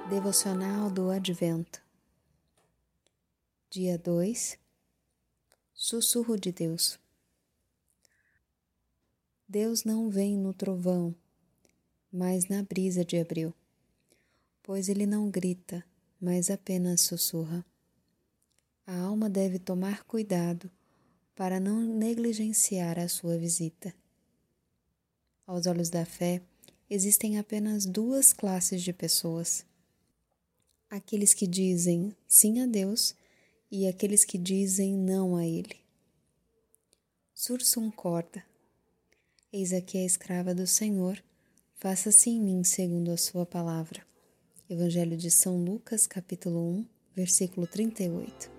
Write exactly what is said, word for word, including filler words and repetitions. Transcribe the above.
Devocional do Advento. Dia dois. Sussurro de Deus. Deus não vem no trovão, mas na brisa de abril, pois ele não grita, mas apenas sussurra. A alma deve tomar cuidado para não negligenciar a sua visita. Aos olhos da fé, existem apenas duas classes de pessoas: aqueles que dizem sim a Deus e aqueles que dizem não a Ele. Sursum corda. Eis aqui a escrava do Senhor, faça-se em mim segundo a sua palavra. Evangelho de São Lucas, capítulo um, versículo trinta e oito.